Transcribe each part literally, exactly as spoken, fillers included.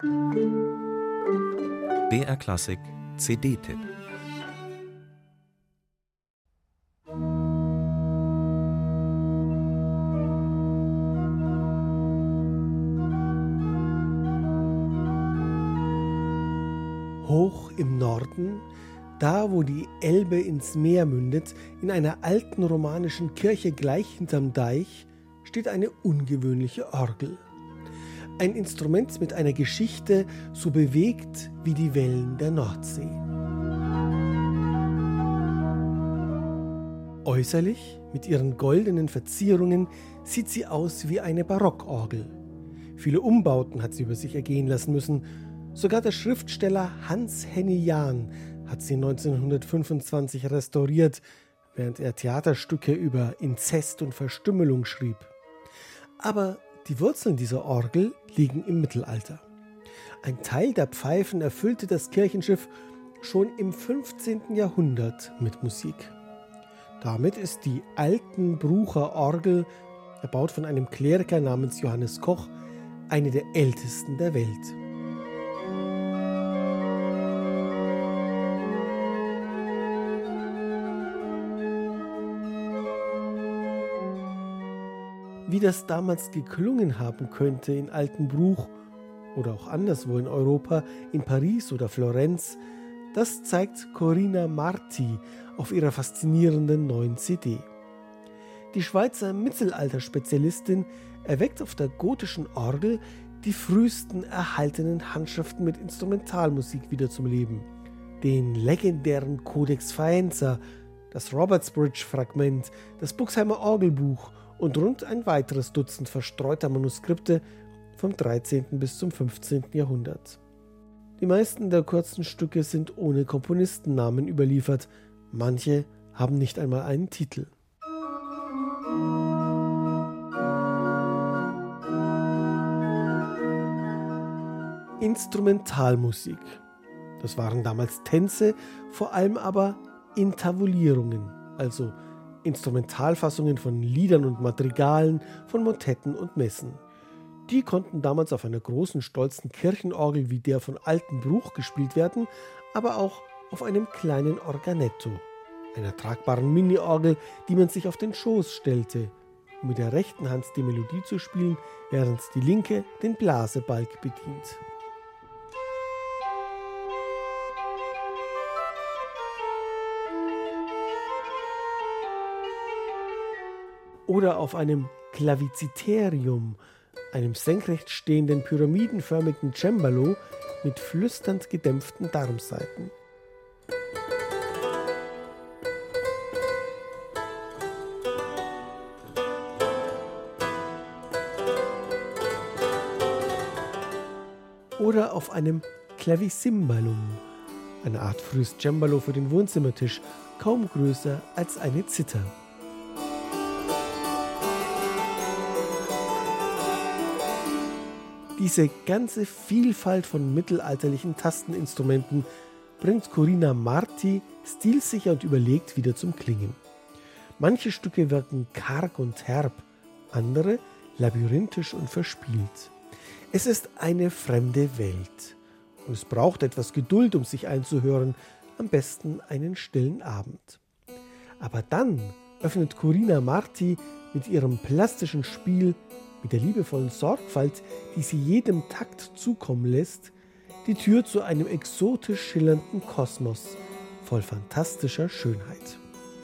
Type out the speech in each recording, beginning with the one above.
B R Klassik C D-Tipp. Hoch im Norden, da wo die Elbe ins Meer mündet, in einer alten romanischen Kirche gleich hinterm Deich, steht eine ungewöhnliche Orgel. Ein Instrument mit einer Geschichte so bewegt wie die Wellen der Nordsee. Äußerlich, mit ihren goldenen Verzierungen, sieht sie aus wie eine Barockorgel. Viele Umbauten hat sie über sich ergehen lassen müssen. Sogar der Schriftsteller Hans Henny Jahnn hat sie neunzehnhundertfünfundzwanzig restauriert, während er Theaterstücke über Inzest und Verstümmelung schrieb. Aber die Wurzeln dieser Orgel liegen im Mittelalter. Ein Teil der Pfeifen erfüllte das Kirchenschiff schon im fünfzehnten Jahrhundert mit Musik. Damit ist die Altenbrucher Orgel, erbaut von einem Kleriker namens Johannes Koch, eine der ältesten der Welt. Wie das damals geklungen haben könnte in Altenbruch oder auch anderswo in Europa, in Paris oder Florenz, das zeigt Corina Marti auf ihrer faszinierenden neuen C D. Die Schweizer Mittelalterspezialistin erweckt auf der gotischen Orgel die frühesten erhaltenen Handschriften mit Instrumentalmusik wieder zum Leben. Den legendären Codex Faenza, das Robertsbridge-Fragment, das Buxheimer Orgelbuch und rund ein weiteres Dutzend verstreuter Manuskripte vom dreizehnten bis zum fünfzehnten Jahrhundert. Die meisten der kurzen Stücke sind ohne Komponistennamen überliefert, manche haben nicht einmal einen Titel. Instrumentalmusik. Das waren damals Tänze, vor allem aber Intavulierungen, also Instrumentalfassungen von Liedern und Madrigalen, von Motetten und Messen. Die konnten damals auf einer großen, stolzen Kirchenorgel wie der von Altenbruch gespielt werden, aber auch auf einem kleinen Organetto, einer tragbaren Mini-Orgel, die man sich auf den Schoß stellte, um mit der rechten Hand die Melodie zu spielen, während die linke den Blasebalg bedient. Oder auf einem Claviziterium, einem senkrecht stehenden pyramidenförmigen Cembalo mit flüsternd gedämpften Darmsaiten. Oder auf einem Clavicimbalum, eine Art frühes Cembalo für den Wohnzimmertisch, kaum größer als eine Zither. Diese ganze Vielfalt von mittelalterlichen Tasteninstrumenten bringt Corina Marti stilsicher und überlegt wieder zum Klingen. Manche Stücke wirken karg und herb, andere labyrinthisch und verspielt. Es ist eine fremde Welt und es braucht etwas Geduld, um sich einzuhören, am besten einen stillen Abend. Aber dann öffnet Corina Marti mit ihrem plastischen Spiel, mit der liebevollen Sorgfalt, die sie jedem Takt zukommen lässt, die Tür zu einem exotisch schillernden Kosmos voll fantastischer Schönheit.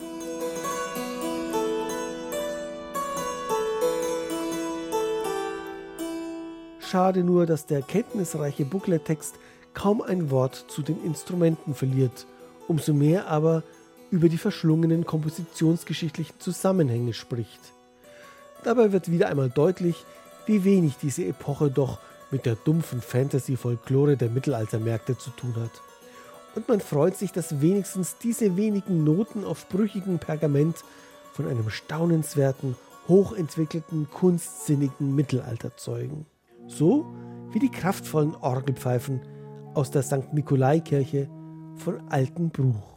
Schade nur, dass der kenntnisreiche Booklet-Text kaum ein Wort zu den Instrumenten verliert, umso mehr aber über die verschlungenen kompositionsgeschichtlichen Zusammenhänge spricht. Dabei wird wieder einmal deutlich, wie wenig diese Epoche doch mit der dumpfen Fantasy-Folklore der Mittelaltermärkte zu tun hat. Und man freut sich, dass wenigstens diese wenigen Noten auf brüchigem Pergament von einem staunenswerten, hochentwickelten, kunstsinnigen Mittelalter zeugen. So wie die kraftvollen Orgelpfeifen aus der Sankt Nikolai Kirche von Altenbruch.